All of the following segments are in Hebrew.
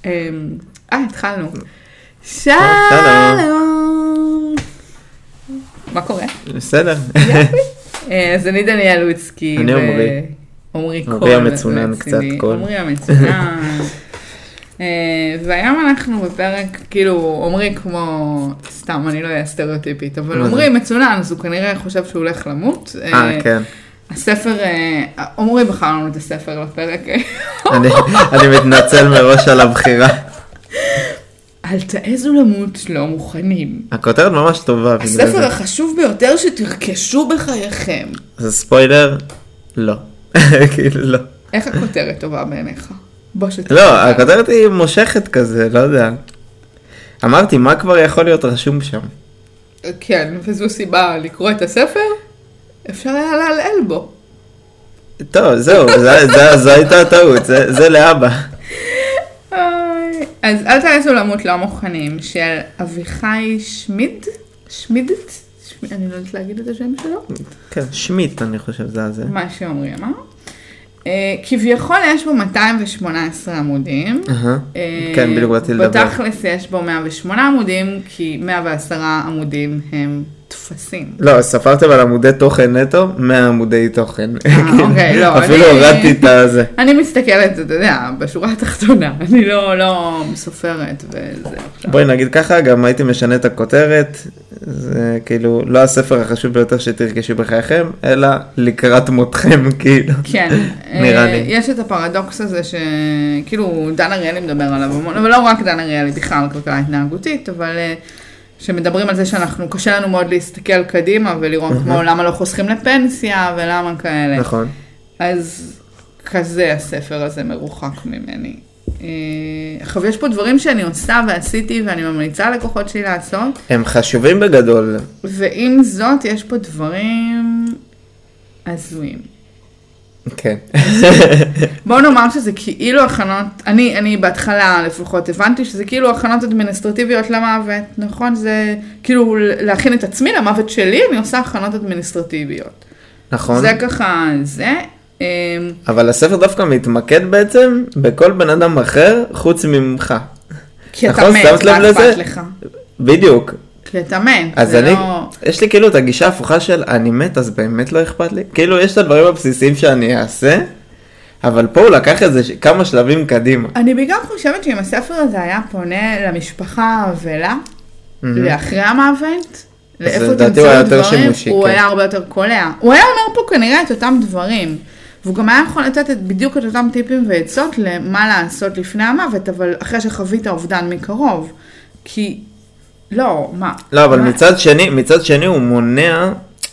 התחלנו. שלום. מה קורה? בסדר. אז אני דניאל לוצקי. אני עומרי. עומרי קול. עומרי המצונן קצת קול. עומרי המצונן. והיום אנחנו בפרק, כאילו, עומרי כמו, סתם, אני לא אהיה סטריאוטיפית, אבל עומרי מצונן, אז הוא כנראה חושב שהוא הולך למות. כן. הספר, עומרי בחר לנו את הספר לפרק. אני מתנצל מראש על הבחירה. אל תעזו למות לא מוכנים. הכותרת ממש טובה. הספר החשוב ביותר שתרכשו בחייכם. זה ספוילר? לא. כאילו לא. איך הכותרת טובה בעיניך? לא, הכותרת היא מושכת כזה, לא יודע. אמרתי, מה כבר יכול להיות רשום שם? כן, וזו סיבה לקרוא את הספר, אפשר היה להלעל בו. טוב, זהו, זו הייתה הטעות, זה לאבא. אז אל תעשו למות לא מוכנים, של אביחי שמידת? אני לא יודעת להגיד את השם שלו? כן, שמיט אני חושב, זה. מה שאומרי אמר. כביכול יש בו 218 עמודים. כן, בדיוק באתי לדבר. בתכלס יש בו 108 עמודים, כי 110 עמודים הם תפסים. לא, ספרתם על עמודי תוכן נטו, 100 עמודי תוכן. אוקיי, לא. אפילו הורדתי את הזה. אני מסתכלת, אתה יודע, בשורה התחתונה. אני לא סופרת וזה. בואי נגיד ככה, גם הייתי משנה את הכותרת. זה כאילו לא הספר החשוב ביותר שתרכשו בחייכם, אלא לקראת מותכם, כאילו. כן. נראה לי. יש את הפרדוקס הזה שכאילו דן אריאלי מדבר עליו המון, אבל לא רק דן אריאלי, בכלל כלכלה התנהגותית, אבל שמדברים על זה שאנחנו, קשה לנו מאוד להסתכל קדימה ולראות כמו למה לא חוסכים לפנסיה ולמה כאלה. נכון. אז כזה הספר הזה מרוחק ממני. עכשיו יש פה דברים שאני עושה ועשיתי ואני ממליצה לקוחות שלי לעשות. הם חשובים בגדול. ועם זאת יש פה דברים הזויים. כן. בואו נאמר שזה כאילו הכנות, אני בהתחלה לפחות הבנתי שזה כאילו הכנות אדמיניסטרטיביות למוות, נכון? זה כאילו להכין את עצמי למוות שלי, אני עושה הכנות אדמיניסטרטיביות. נכון. זה ככה, זה. אבל הספר דווקא מתמקד בעצם בכל בן אדם אחר חוץ ממך. כי אתה מת, מה אכפת לך? בדיוק. כי אתה מת. אז יש לי כאילו את הגישה ההפוכה של אני מת, אז באמת לא אכפת לי. כאילו יש את הדברים הבסיסיים שאני אעשה, אבל פה הוא לקח את זה כמה שלבים קדימה. אני בעיקר חושבת שאם הספר הזה היה פונה למשפחה האבלה, לאחרי המוות, לאיפה תמצאו דברים, הוא היה הרבה יותר קולע. הוא היה אומר פה כנראה את אותם דברים, והוא גם היה יכול לתת בדיוק את אותם טיפים ועצות למה לעשות לפני המוות, אבל אחרי שחווית האובדן מקרוב. כי לא, מה? לא, אבל מצד שני הוא מונע,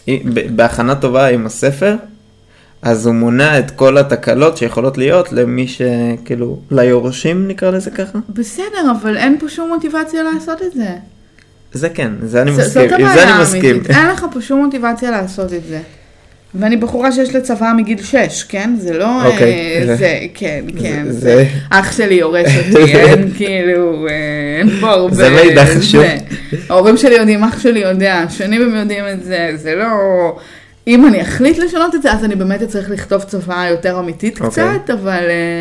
בהכנה טובה עם הספר, אז הוא מונע את כל התקלות שיכולות להיות למי שכאילו, ליורשים נקרא לזה ככה. בסדר, אבל אין פה שום מוטיבציה לעשות את זה. זה כן, זה אני מסכים, עם זה אני מסכים. אין לך פה שום מוטיבציה לעשות את זה. ואני בחורה שיש לצבא מגיל 6, כן? זה לא... זה, כן, כן. אח שלי יורש אותי, אין כאילו, אין פה הרבה... זה מידע חשוב. ההורים שלי יודעים, אח שלי יודע, שנים הם יודעים את זה, זה לא... אם אני אחליט לשנות את זה, אז אני באמת צריך לכתוב צבא יותר אמיתית קצת, אבל...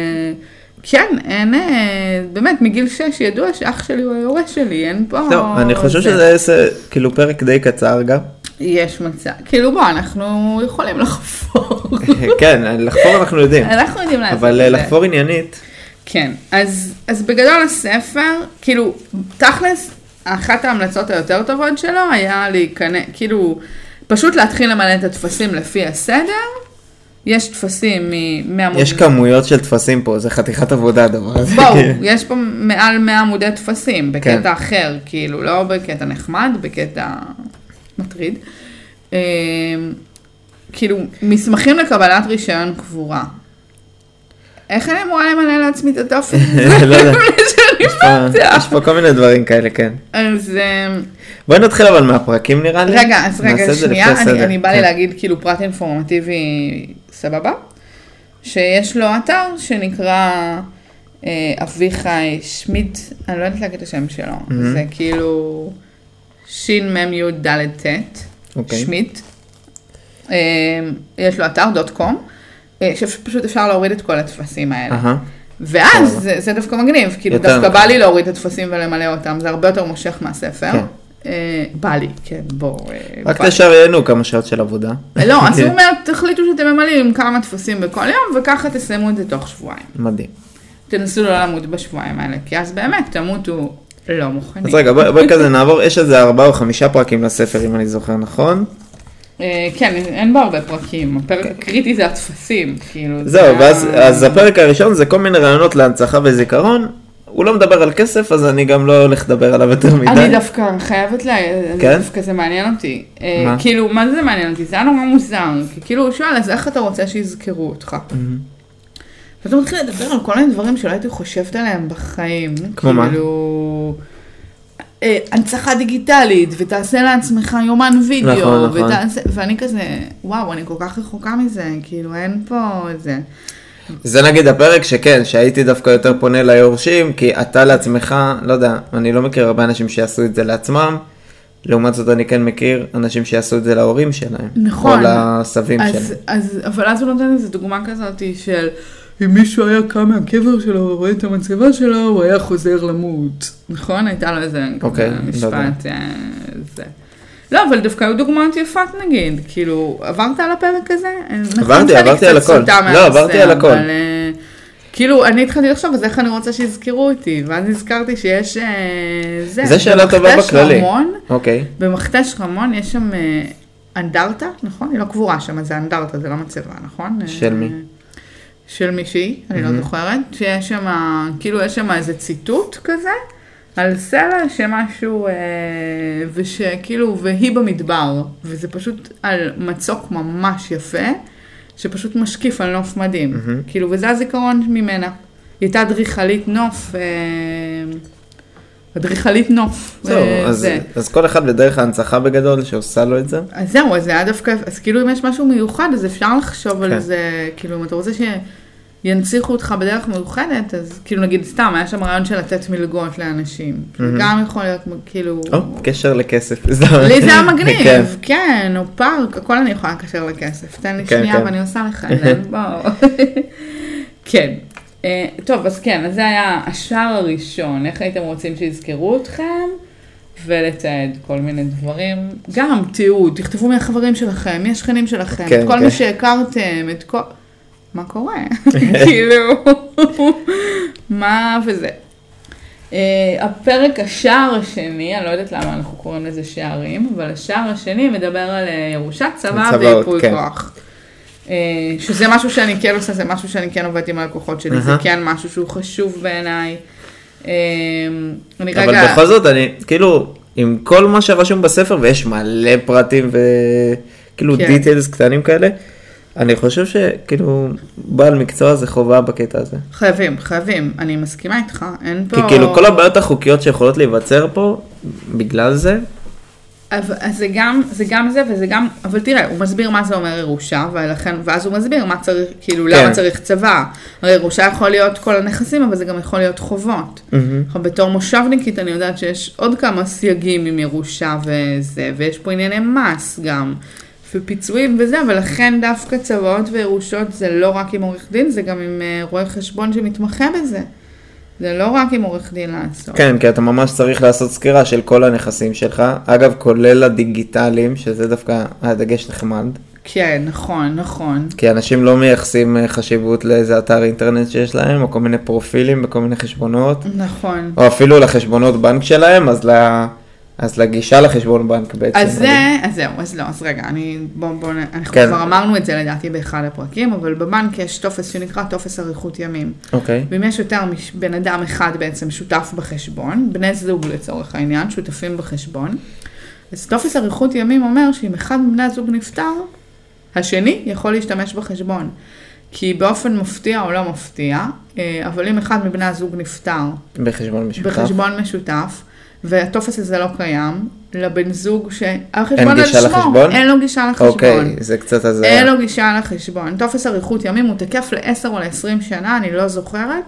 כן, אין... באמת, מגיל 6 ידוע שאח שלי הוא היורש שלי, אין פה... לא, אני חושב שזה כאילו פרק די קצר גם. יש מצב. כאילו בוא, אנחנו יכולים לחפור. כן, לחפור אנחנו יודעים. אנחנו יודעים לעשות את זה. אבל לחפור עניינית. כן, אז בגדול הספר, כאילו, תכלס, אחת ההמלצות היותר טובות שלו היה להיכנס, כאילו, פשוט להתחיל למלא את התפסים לפי הסדר. יש תפסים מ-100 יש כמויות של תפסים פה, זה חתיכת עבודה הדבר הזה. בואו, יש פה מעל 100 עמודי תפסים, בקטע אחר, כאילו, לא בקטע נחמד, בקטע... מטריד. כאילו, מסמכים לקבלת רישיון קבורה. איך אני אמורה למלא לעצמי את הטופס? לא יודע. יש פה כל מיני דברים כאלה, כן. אז... בואי נתחיל אבל מהפרקים נראה לי. רגע, שנייה, אני בא לי להגיד כאילו פרט אינפורמטיבי סבבה, שיש לו אתר שנקרא אביחי שמיד, אני לא יודעת להגיד את השם שלו, זה כאילו... שין מם יוד דלת תת, שמיט, יש לו אתר .com, שפשוט אפשר להוריד את כל התפסים האלה. ואז זה דווקא מגניב, כאילו דווקא בא לי להוריד את הדפסים ולמלא אותם, זה הרבה יותר מושך מהספר. בא לי, כן, בוא. רק תשריינו כמה שעות של עבודה. לא, אז הוא אומר, תחליטו שאתם ממלאים כמה דפסים בכל יום, וככה תסיימו את זה תוך שבועיים. מדהים. תנסו לא למות בשבועיים האלה, כי אז באמת תמותו לא מוכנים. אז רגע, בואי כזה נעבור, יש איזה 4 או 5 פרקים לספר, אם אני זוכר נכון. כן, אין בה הרבה פרקים, הפרק הקריטי זה התפסים, כאילו. זהו, אז הפרק הראשון זה כל מיני רעיונות להנצחה וזיכרון, הוא לא מדבר על כסף, אז אני גם לא הולך לדבר עליו יותר מדי. אני דווקא חייבת דווקא זה מעניין אותי. כאילו, מה זה מעניין אותי? זה היה נורא מוזר, כי כאילו הוא שואל, אז איך אתה רוצה שיזכרו אותך? ואתה מתחיל לדבר על כל מיני דברים שלא הייתי חושבת עליהם בחיים. כמו מה? כאילו, הנצחה דיגיטלית, ותעשה לעצמך יומן וידאו, ואני כזה, וואו, אני כל כך רחוקה מזה, כאילו אין פה זה. זה נגיד הפרק שכן, שהייתי דווקא יותר פונה ליורשים, כי אתה לעצמך, לא יודע, אני לא מכיר הרבה אנשים שיעשו את זה לעצמם, לעומת זאת אני כן מכיר אנשים שיעשו את זה להורים שלהם. נכון. או לסבים שלהם. אבל אז הוא נותן איזו דוגמה כזאת של, אם מישהו היה קם מהקבר שלו ורואה את המצבה שלו, הוא היה חוזר למות. נכון? הייתה לו איזה משפט, זה. לא, אבל דווקא היו דוגמאות יפות נגיד, כאילו, עברת על הפרק הזה? עברתי על הכל. לא, עברתי על הכל. כאילו, אני התחלתי לחשוב, אז איך אני רוצה שיזכרו אותי, ואז נזכרתי שיש זה שאלה טובה בכללי. במכתש רמון יש שם אנדרטה, נכון? היא לא קבורה שם, זה אנדרטה, זה לא מצבה, נכון? של מי? של מישהי, אני לא זוכרת, שיש שם, כאילו יש שם איזה ציטוט כזה, על סלע שמשהו, ושכאילו, והיא במדבר, וזה פשוט על מצוק ממש יפה, שפשוט משקיף על נוף מדהים, כאילו, וזה הזיכרון ממנה. היא הייתה אדריכלית נוף, אדריכלית נוף. זהו, אז כל אחד בדרך ההנצחה בגדול שעושה לו את זה? אז זהו, אז זה היה דווקא, אז כאילו אם יש משהו מיוחד, אז אפשר לחשוב על זה, כאילו אם אתה רוצה ינציחו אותך בדרך מיוחדת, אז כאילו נגיד סתם, היה שם רעיון של לתת מלגות לאנשים. גם יכול להיות כאילו... קשר לכסף. לי זה היה מגניב, כן, או פארק, הכל אני יכולה לקשר לכסף. תן לי שנייה ואני עושה לך את זה, בואו. כן. טוב, אז כן, אז זה היה השער הראשון. איך הייתם רוצים שיזכרו אתכם? ולתעד כל מיני דברים. גם תיעוד, תכתבו מהחברים שלכם, מהשכנים שלכם, את כל מה שהכרתם, את כל... מה קורה? כאילו, מה וזה. הפרק השער השני, אני לא יודעת למה אנחנו קוראים לזה שערים, אבל השער השני מדבר על ירושת צבא ויפוי כוח. שזה משהו שאני כן עושה, זה משהו שאני כן עובדת עם הלקוחות שלי, זה כן משהו שהוא חשוב בעיניי. אבל בכל זאת, אני, כאילו, עם כל מה שרשום בספר, ויש מלא פרטים וכאילו דיטיילס קטנים כאלה, אני חושב שכאילו בעל מקצוע זה חובה בקטע הזה. חייבים, אני מסכימה איתך, אין פה... כי כאילו כל הבעיות החוקיות שיכולות להיווצר פה, בגלל זה. אז זה גם זה וזה גם, אבל תראה, הוא מסביר מה זה אומר ירושה, ואז הוא מסביר מה צריך, כאילו למה צריך צבא. הרי ירושה יכול להיות כל הנכסים, אבל זה גם יכול להיות חובות. בתור מושבניקית אני יודעת שיש עוד כמה סייגים עם ירושה וזה, ויש פה ענייני מס גם. ופיצויים וזה, אבל לכן דווקא צוואות וירושות זה לא רק עם עורך דין, זה גם עם רואה חשבון שמתמחה בזה. זה לא רק עם עורך דין לעשות. כן, כי אתה ממש צריך לעשות סקירה של כל הנכסים שלך, אגב, כולל הדיגיטליים, שזה דווקא הדגש נחמד. כן, נכון. כי אנשים לא מייחסים חשיבות לאיזה אתר אינטרנט שיש להם, או כל מיני פרופילים בכל מיני חשבונות. נכון. או אפילו לחשבונות בנק שלהם, אז לגישה לחשבון בנק בעצם. אז זהו, אז רגע, אנחנו כבר אמרנו את זה לדעתי באחד הפרקים, אבל בבנק יש טופס שנקרא טופס אריכות ימים. אוקיי. ואם יש יותר בן אדם אחד בעצם שותף בחשבון, בני זוג לצורך העניין, שותפים בחשבון, אז טופס אריכות ימים אומר שאם אחד מבני הזוג נפטר, השני יכול להשתמש בחשבון. כי באופן מפתיע או לא מפתיע, אבל אם אחד מבני הזוג נפטר, בחשבון משותף, והטופס הזה לא קיים, לבן זוג שהחשבון על שמו, אין לו גישה לחשבון. אוקיי, זה קצת הזה. אין לו גישה לחשבון. טופס אריכות ימים הוא תקף ל10 או ל20 שנה, אני לא זוכרת.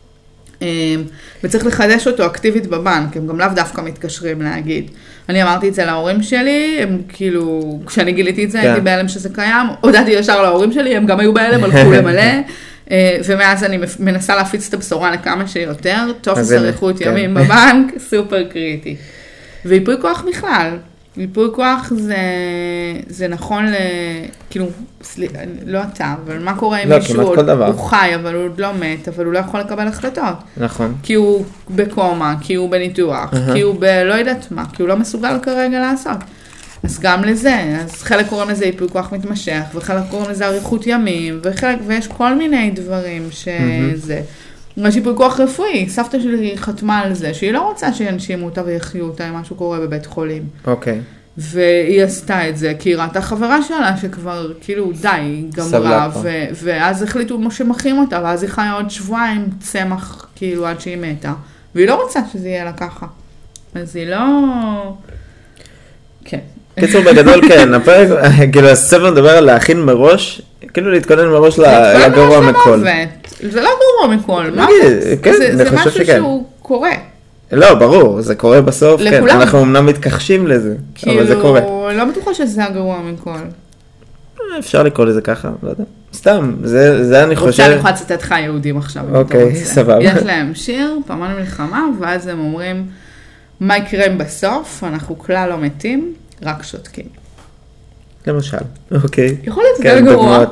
וצריך לחדש אותו אקטיבית בבנק, הם גם לאו דווקא מתקשרים להגיד. אני אמרתי את זה להורים שלי, הם כאילו, כשאני גיליתי את זה, הייתי בהלם שזה קיים, הודעתי ישר להורים שלי, הם גם היו בהלם, הלכו למלא, ומאז אני מנסה להפיץ את הבשורה לכמה שיותר, טופס אריכות ימים בבנק, סופר קריטי. ויפוי כוח בכלל. ויפוי כוח זה נכון כאילו, לא אתה, אבל מה קורה עם מישהו, הוא חי, אבל הוא עוד לא מת, אבל הוא לא יכול לקבל החלטות. נכון. כי הוא בקומה, כי הוא בניתוח, כי הוא לא יודעת מה, כי הוא לא מסוגל כרגע לעשות. אז גם לזה, אז חלק קוראים לזה ייפוי כוח מתמשך, וחלק קוראים לזה אריכות ימים, ויש כל מיני דברים שזה. יש ייפוי כוח רפואי, סבתא שלי חתמה על זה, שהיא לא רוצה שינשימו אותה ויחיו אותה אם משהו קורה בבית חולים. אוקיי. והיא עשתה את זה, כי היא ראתה חברה שלה שכבר כאילו די גמרה, ואז החליטו שמחים אותה, ואז היא חיה עוד שבועיים צמח כאילו עד שהיא מתה, והיא לא רוצה שזה יהיה לה ככה. אז היא לא... כן. קיצור בגדול כן, הפרק, כאילו הספר מדבר על להכין מראש, כאילו להתכונן מראש לגרוע מכל. זה לא גרוע מכל, זה משהו שהוא קורה. לא, ברור, זה קורה בסוף, כן, אנחנו אמנם מתכחשים לזה, אבל זה קורה. כאילו, לא בטוחה שזה הגרוע מכל. אפשר לקרוא לזה ככה, לא יודע. סתם, זה אני חושב... רוצה אני יכולה לצטט לך יהודים עכשיו. אוקיי, סבבה. יש להם שיר, פעמן המלחמה, ואז הם אומרים, מה יקרה בסוף? אנחנו כלל לא מתים, רק שותקים. למשל, אוקיי. יכול להיות שזה גרוע.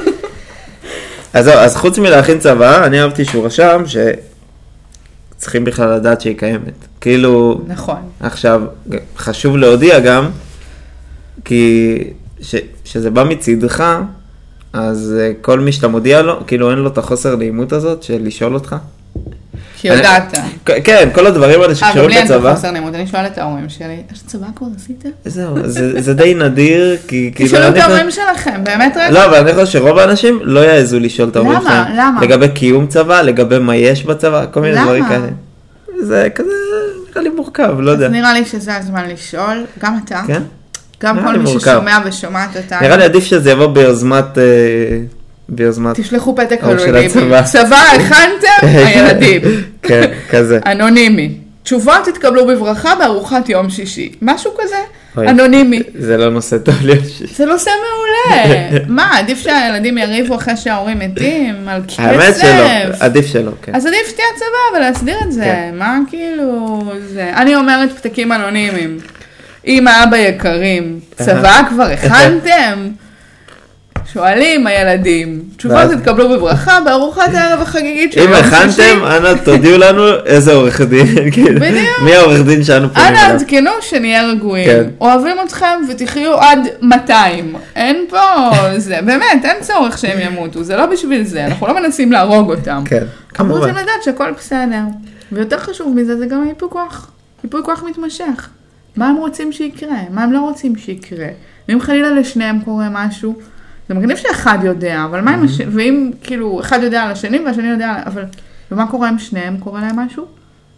אז חוץ מלהכין צבא, אני אהבתי שהוא רשם שצריכים בכלל לדעת שהיא קיימת. כאילו... נכון. עכשיו, חשוב להודיע גם, כי שזה בא מצידך, אז כל מי שאתה מודיע לו, כאילו אין לו את החוסר נעימות הזאת של לשאול אותך. כי יודעת. כן, כל הדברים האלה שקשורים לצבא. אבל לי אין חוסר נעימות, אני שואלת את ההורים שלי, יש צבא כבר עשית? זהו, זה די נדיר, כי... תשאלו את ההורים שלכם, באמת רגע. לא, אבל אני חושב שרוב האנשים לא יעזו לשאול את ההורים שלהם. למה? לגבי קיום צבא, לגבי מה יש בצבא, כל מיני דברים כאלה. זה כזה, נראה לי מורכב, לא יודע. אז נראה לי שזה הזמן לשאול, גם אתה. כן? גם כל מי ששומע ושומעת אותנו. נראה לי עדיף שזה יבוא ביוזמת... תשלחו פתק אנונימי. צבא, הכנתם? הילדים. כן, כזה. אנונימי. תשובות תתקבלו בברכה בארוחת יום שישי. משהו כזה? אנונימי. זה לא נושא טוב ליום זה נושא מעולה. מה, עדיף שהילדים יריבו אחרי שההורים מתים? על כסף? האמת שלא, עדיף שלא, כן. אז עדיף שתהיה צבא ולהסדיר את זה. מה כאילו זה? אני אומרת פתקים אנונימיים. אמא, אבא יקרים, צבא כבר הכנתם? שואלים הילדים, תשובות תתקבלו בברכה בארוחת הערב החגיגית של יום שישי. אם הכנתם, אנא תודיעו לנו איזה עורך דין. בדיוק. מי העורך דין שאנו פונים אליו. אנא עדכנו שנהיה רגועים. אוהבים אתכם ותחיו עד 200. אין פה זה, באמת, אין צורך שהם ימותו, זה לא בשביל זה, אנחנו לא מנסים להרוג אותם. כן, אנחנו רוצים לדעת שהכל בסדר. ויותר חשוב מזה, זה גם ייפוי כוח. ייפוי כוח מתמשך. מה הם רוצים שיקרה? מה הם לא רוצים שיקרה? ואם חלילה לשניהם קורה משהו, זה מגניב שאחד יודע, אבל מה אם ואם כאילו אחד יודע על השני והשני יודע, אבל ומה קורה אם שניהם קורה להם משהו?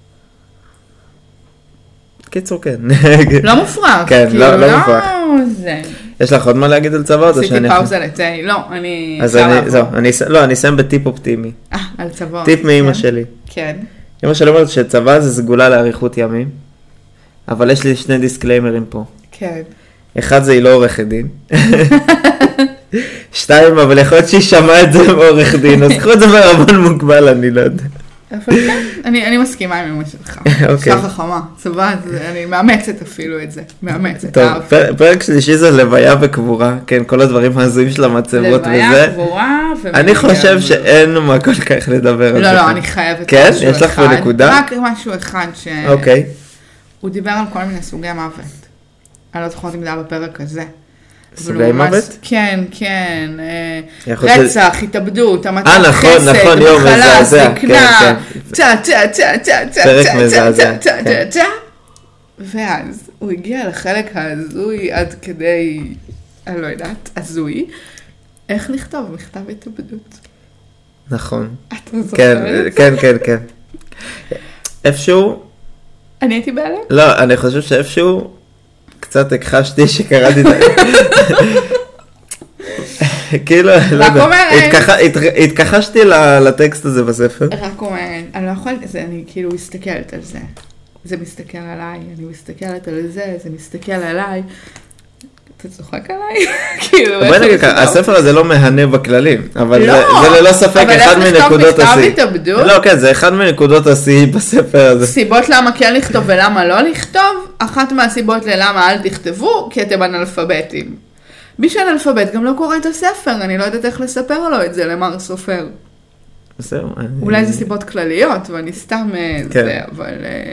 קיצור כן. לא מופרך. כן, לא מופרך. זה. יש לך עוד מה להגיד על צבא? עשיתי פאוזה לתה, לא, אני... אני אסיים בטיפ אופטימי. על צבא. טיפ מאמא שלי. כן. אמא שלי אומרת שצבא זה סגולה לאריכות ימים, אבל יש לי שני דיסקליימרים פה. כן. אחד זה היא לא עורכת דין. 2, אבל יכול להיות שהיא שמעה את זה מעורך דין, אז קחו את זה בערבון מוגבל, אני לא יודע. אבל כן, אני מסכימה עם אמא שלך. שלך חכמה, צבא, אני מאמצת אפילו את זה, מאמצת. טוב, פרק שלישי זה לוויה וקבורה, כן, כל הדברים הזויים של המצבות וזה. לוויה, קבורה, אני חושב שאין מה כל כך לדבר על זה. לא, אני חייבת כן? יש לך פה נקודה? רק משהו אחד ש... אוקיי. הוא דיבר על כל מיני סוגי מוות. אני לא זוכרת אם זה היה בפרק הזה. סוגי מוות? כן, כן. רצח, התאבדות, המתת חסד, נכון, יום מזעזע. זקנה, פרק מזעזע. ואז הוא הגיע לחלק ההזוי עד כדי, אני לא יודעת, הזוי, איך לכתוב מכתב התאבדות. נכון. אתה זוכרת? כן. איפשהו... אני הייתי בהלם? לא, אני חושב שאיפשהו... קצת הכחשתי שקראתי את זה. כאילו, לא יודע. התכחשתי לטקסט הזה בספר. רק אומרת, אני לא יכולת, אני כאילו מסתכלת על זה. זה מסתכל עליי, אני מסתכלת על זה, זה מסתכל עליי. אתה צוחק עליי? בואי נגיד ככה, הספר הזה לא מהנה בכללים, אבל זה ללא ספק אחד מנקודות השיא. אבל איך לכתוב מכתב התאבדות? לא, כן, זה אחד מנקודות השיא בספר הזה. סיבות למה כן לכתוב ולמה לא לכתוב, אחת מהסיבות ללמה אל תכתבו, כי אתם אנאלפביתים. מי שאנאלפבית גם לא קורא את הספר, אני לא יודעת איך לספר לו את זה למר סופר. בסדר. אולי זה סיבות כלליות, ואני סתם זה, אבל...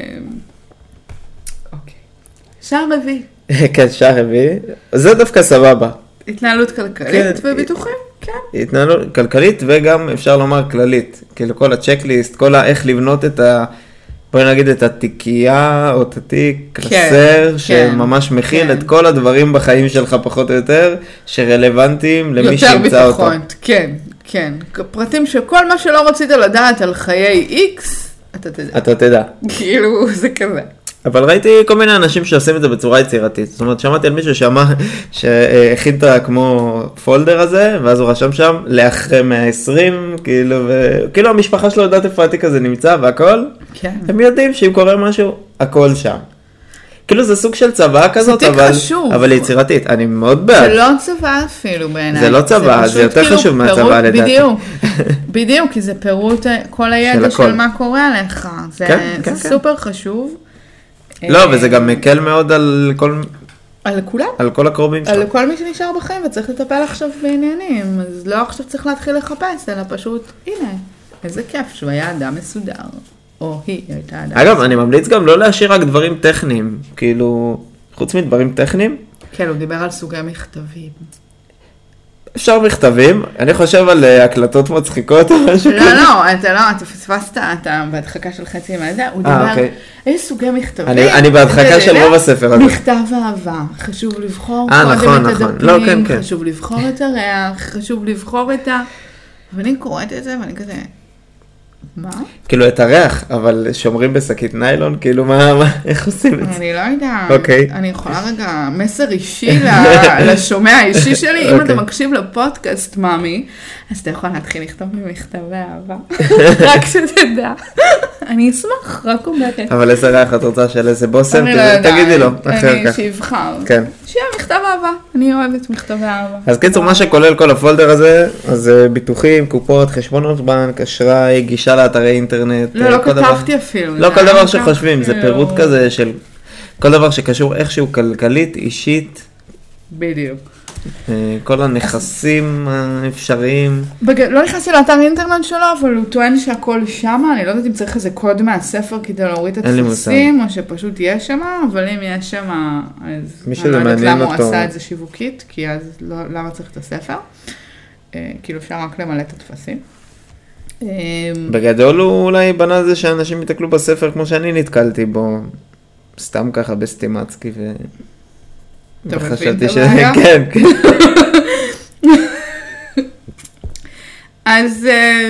אוקיי. שער רביעי. כן, שער רביעי. זה דווקא סבבה. התנהלות כלכלית וביטוחים, כן. התנהלות כלכלית וגם אפשר לומר כללית. כאילו כל הצ'קליסט, כל איך לבנות את ה... בואי נגיד את התיקייה או את התיק, קלסר, שממש מכיל את כל הדברים בחיים שלך פחות או יותר, שרלוונטיים למי שימצא אותו. יותר ביטחון, כן, כן. פרטים שכל מה שלא רצית לדעת על חיי X, אתה תדע. אתה תדע. כאילו, זה כזה. אבל ראיתי כל מיני אנשים שעושים את זה בצורה יצירתית. זאת אומרת, שמעתי על מישהו שהכין את כמו פולדר הזה, ואז הוא רשם שם לאחרי 120, כאילו המשפחה שלו יודעת איפה התיק הזה נמצא והכל. כן. הם יודעים שאם קורה משהו, הכל שם. כאילו זה סוג של צבא כזאת, אבל יצירתית. אני מאוד בעד. זה לא צבא אפילו בעיניי. זה לא צבא, זה יותר חשוב מהצבא לדעתי. בדיוק, כי זה פירוט כל הידע של מה קורה עליך. זה סופר חשוב. לא, וזה גם מקל מאוד על כל... על כולם? על כל הקרובים שלך. על כל מי שנשאר בחיים וצריך לטפל עכשיו בעניינים. אז לא עכשיו צריך להתחיל לחפש, אלא פשוט, הנה, איזה כיף שהוא היה אדם מסודר. או היא הייתה אדם מסודר. אגב, אני ממליץ גם לא להשאיר רק דברים טכניים. כאילו, חוץ מדברים טכניים. כן, הוא דיבר על סוגי מכתבים. אפשר מכתבים, אני חושב על הקלטות מצחיקות או משהו כזה. לא, אתה פספסת, אתה בהדחקה של חצי מהדע, הוא דיבר, איזה סוגי מכתבים. אני בהדחקה של רוב הספר הזה. מכתב אהבה, חשוב לבחור קודם את הדפים, חשוב לבחור את הריח, חשוב לבחור את ה... ואני קוראת את זה ואני כזה... מה? כאילו את הריח, אבל שומרים בשקית ניילון, כאילו מה, איך עושים את זה? אני לא יודעת. אוקיי. אני יכולה רגע מסר אישי לשומע האישי שלי, אם אתה מקשיב לפודקאסט, מאמי, אז אתה יכול להתחיל לכתוב ממכתבי אהבה. רק שתדע. אני אשמח, רק אומרת. אבל איזה ריח את רוצה של איזה בוסם? תגידי לו, אחר כך. אני שיבחר. כן. שיהיה מכתב אהבה, אני אוהבת מכתבי אהבה. אז קיצור, מה שכולל כל הפולדר הזה, אז ביטוחים, קופות, חשבונות בנק, אשראי, גישה לאתרי אינטרנט. לא כתבתי אפילו. לא כל דבר שחושבים, זה פירוט כזה של כל דבר שקשור איכשהו כלכלית, אישית. בדיוק. כל הנכסים האפשריים. לא נכנסתי לאתר אינטרנט שלו, אבל הוא טוען שהכל שם, אני לא יודעת אם צריך איזה קוד מהספר כדי להוריד את התפסים, או שפשוט יש שם, אבל אם יש שם, אז אני לא יודעת למה הוא עשה את זה שיווקית, כי אז למה צריך את הספר? כאילו אפשר רק למלא את התפסים. בגדול הוא אולי בנה זה שאנשים יתקלו בספר כמו שאני נתקלתי בו, סתם ככה בסטימצקי וחשבתי ש... כן, כן. אז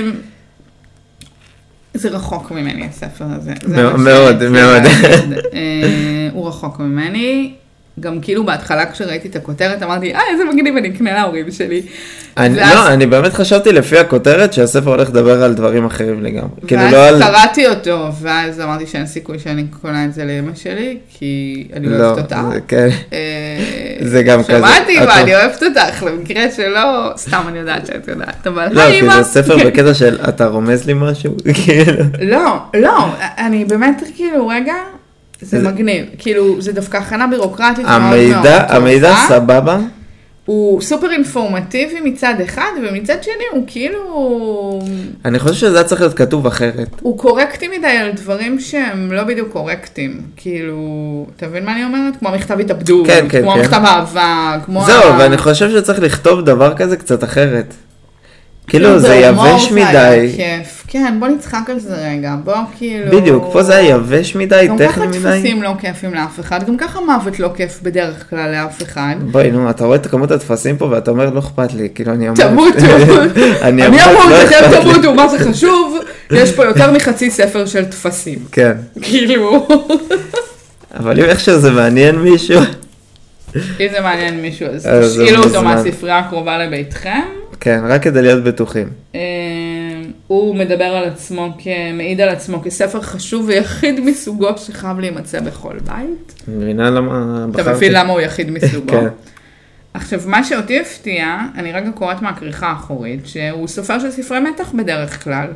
זה רחוק ממני הספר הזה. מאוד, מאוד. הוא רחוק ממני. גם כאילו בהתחלה כשראיתי את הכותרת אמרתי, איזה מגניב, אני אקנה להורים שלי. לא, אני באמת חשבתי לפי הכותרת שהספר הולך לדבר על דברים אחרים לגמרי. ואז קראתי אותו, ואז אמרתי שאין סיכוי שאני קונה את זה לאמא שלי, כי אני אוהבת אותה. זה גם כזה. שמעתי ואני אוהבת אותך, למקרה שלא, סתם אני יודעת שאת יודעת, אבל לא, כי זה ספר בקטע של אתה רומז לי משהו? לא, אני באמת כאילו רגע, זה מגניב, כאילו זה דווקא הכנה בירוקרטית מאוד מאוד טובה. המידע סבבה. הוא סופר אינפורמטיבי מצד אחד, ומצד שני הוא כאילו... אני חושב שזה צריך להיות כתוב אחרת. הוא קורקטי מדי על דברים שהם לא בדיוק קורקטים. כאילו, אתה מבין מה אני אומרת? כמו מכתב התאבדות, כמו מכתב אהבה, כמו... זהו, ואני חושב שצריך לכתוב דבר כזה קצת אחרת. כאילו זה יבש מדי. כן, בוא נצחק על זה רגע, בוא כאילו... בדיוק, פה זה יבש מדי, טכני מדי. גם ככה תפסים לא כיפים לאף אחד, גם ככה מוות לא כיף בדרך כלל לאף אחד. בואי, נו, אתה רואה את כמות התפסים פה ואתה אומר, לא אכפת לי, כאילו אני אמור... תמותו, אני אמור, אתם תמותו, מה זה חשוב? יש פה יותר מחצי ספר של תפסים. כן. כאילו... אבל אם איכשהו זה מעניין מישהו... אם זה מעניין מישהו, אז תשאילו אותו מהספרייה הקרובה לביתכם. כן, רק כדי להיות בטוחים. הוא מדבר על עצמו, מעיד על עצמו כספר חשוב ויחיד מסוגו שחייב להימצא בכל בית. מבינה למה... אתה מבין למה הוא יחיד מסוגו. עכשיו, מה שאותי הפתיע, אני רגע קוראת מהכריכה האחורית, שהוא סופר של ספרי מתח בדרך כלל.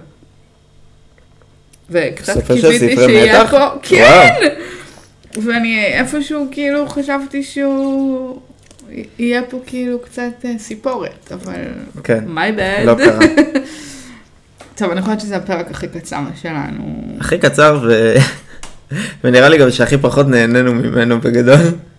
וקצת קיוויתי שיהיה פה, כן! ואני איפשהו כאילו חשבתי שהוא יהיה פה כאילו קצת סיפורת, אבל my bad. לא קרה. טוב, אני חושבת שזה הפרק הכי קצר שלנו. הכי קצר ונראה לי גם שהכי פחות נהנינו ממנו בגדול.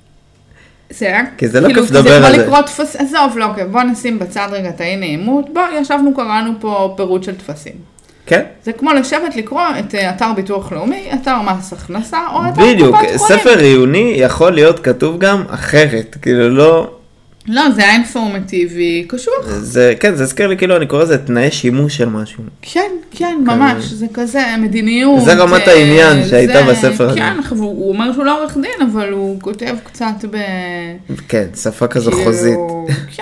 כי זה לא כיף לדבר על זה. עזוב, לא, בוא נשים בצד רגע את האי-נעימות. בוא, ישבנו, קראנו פה פירוט של טפסים. כן. זה כמו לשבת לקרוא את אתר ביטוח לאומי, אתר מס הכנסה, או אתר קופת חולים. בדיוק, ספר עיוני יכול להיות כתוב גם אחרת, כאילו לא... לא, זה היה אינפורמטיבי, קשוח. כן, זה הזכיר לי כאילו, אני קורא לזה תנאי שימוש של משהו. כן, כן, ממש, זה כזה מדיניות. זה רמת העניין שהייתה בספר הזה. כן, הוא אומר שהוא לא עורך דין, אבל הוא כותב קצת כן, שפה כזו חוזית. כן.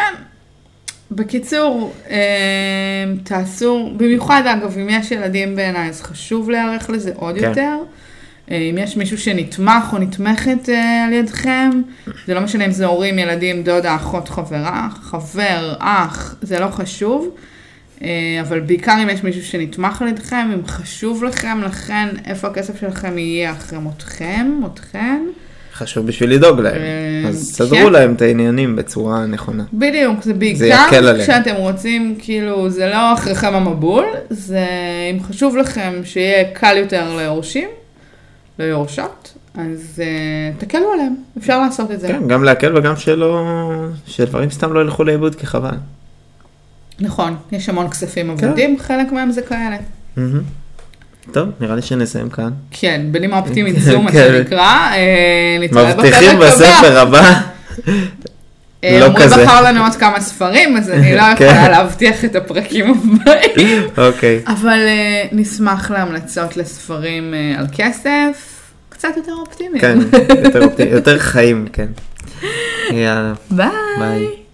בקיצור, תעשו, במיוחד אגב, אם יש ילדים בעיניי, אז חשוב להיערך לזה עוד יותר. אם יש מישהו שנתמך או נתמכת על ידכם, זה לא משנה אם זה הורים, ילדים, דודה, אחות, חברה, חבר, אח, זה לא חשוב. אבל בעיקר אם יש מישהו שנתמך על ידכם, אם חשוב לכם, לכן איפה הכסף שלכם יהיה אחרי מותכן. חשוב בשביל לדאוג להם, אז סדרו להם את העניינים בצורה נכונה. בדיוק, זה בעיקר כשאתם רוצים, כאילו, זה לא אחריכם המבול, זה אם חשוב לכם שיהיה קל יותר ליורשים, ליורשות, אז תקלו עליהם, אפשר לעשות את זה. כן, גם להקל וגם שדברים סתם לא ילכו לאיבוד כחבל. נכון, יש המון כספים עבודים, חלק מהם זה כאלה. טוב, נראה לי שנסיים כאן. כן, בנימה אופטימית זו מה שנקרא. מבטיחים בספר הבא. אומרים בחר לנו עוד כמה ספרים, אז אני לא יכולה להבטיח את הפרקים הבאים. אוקיי. אבל נשמח להמלצות לספרים על כסף, קצת יותר אופטימיים. כן, יותר חיים, כן. יאללה. ביי.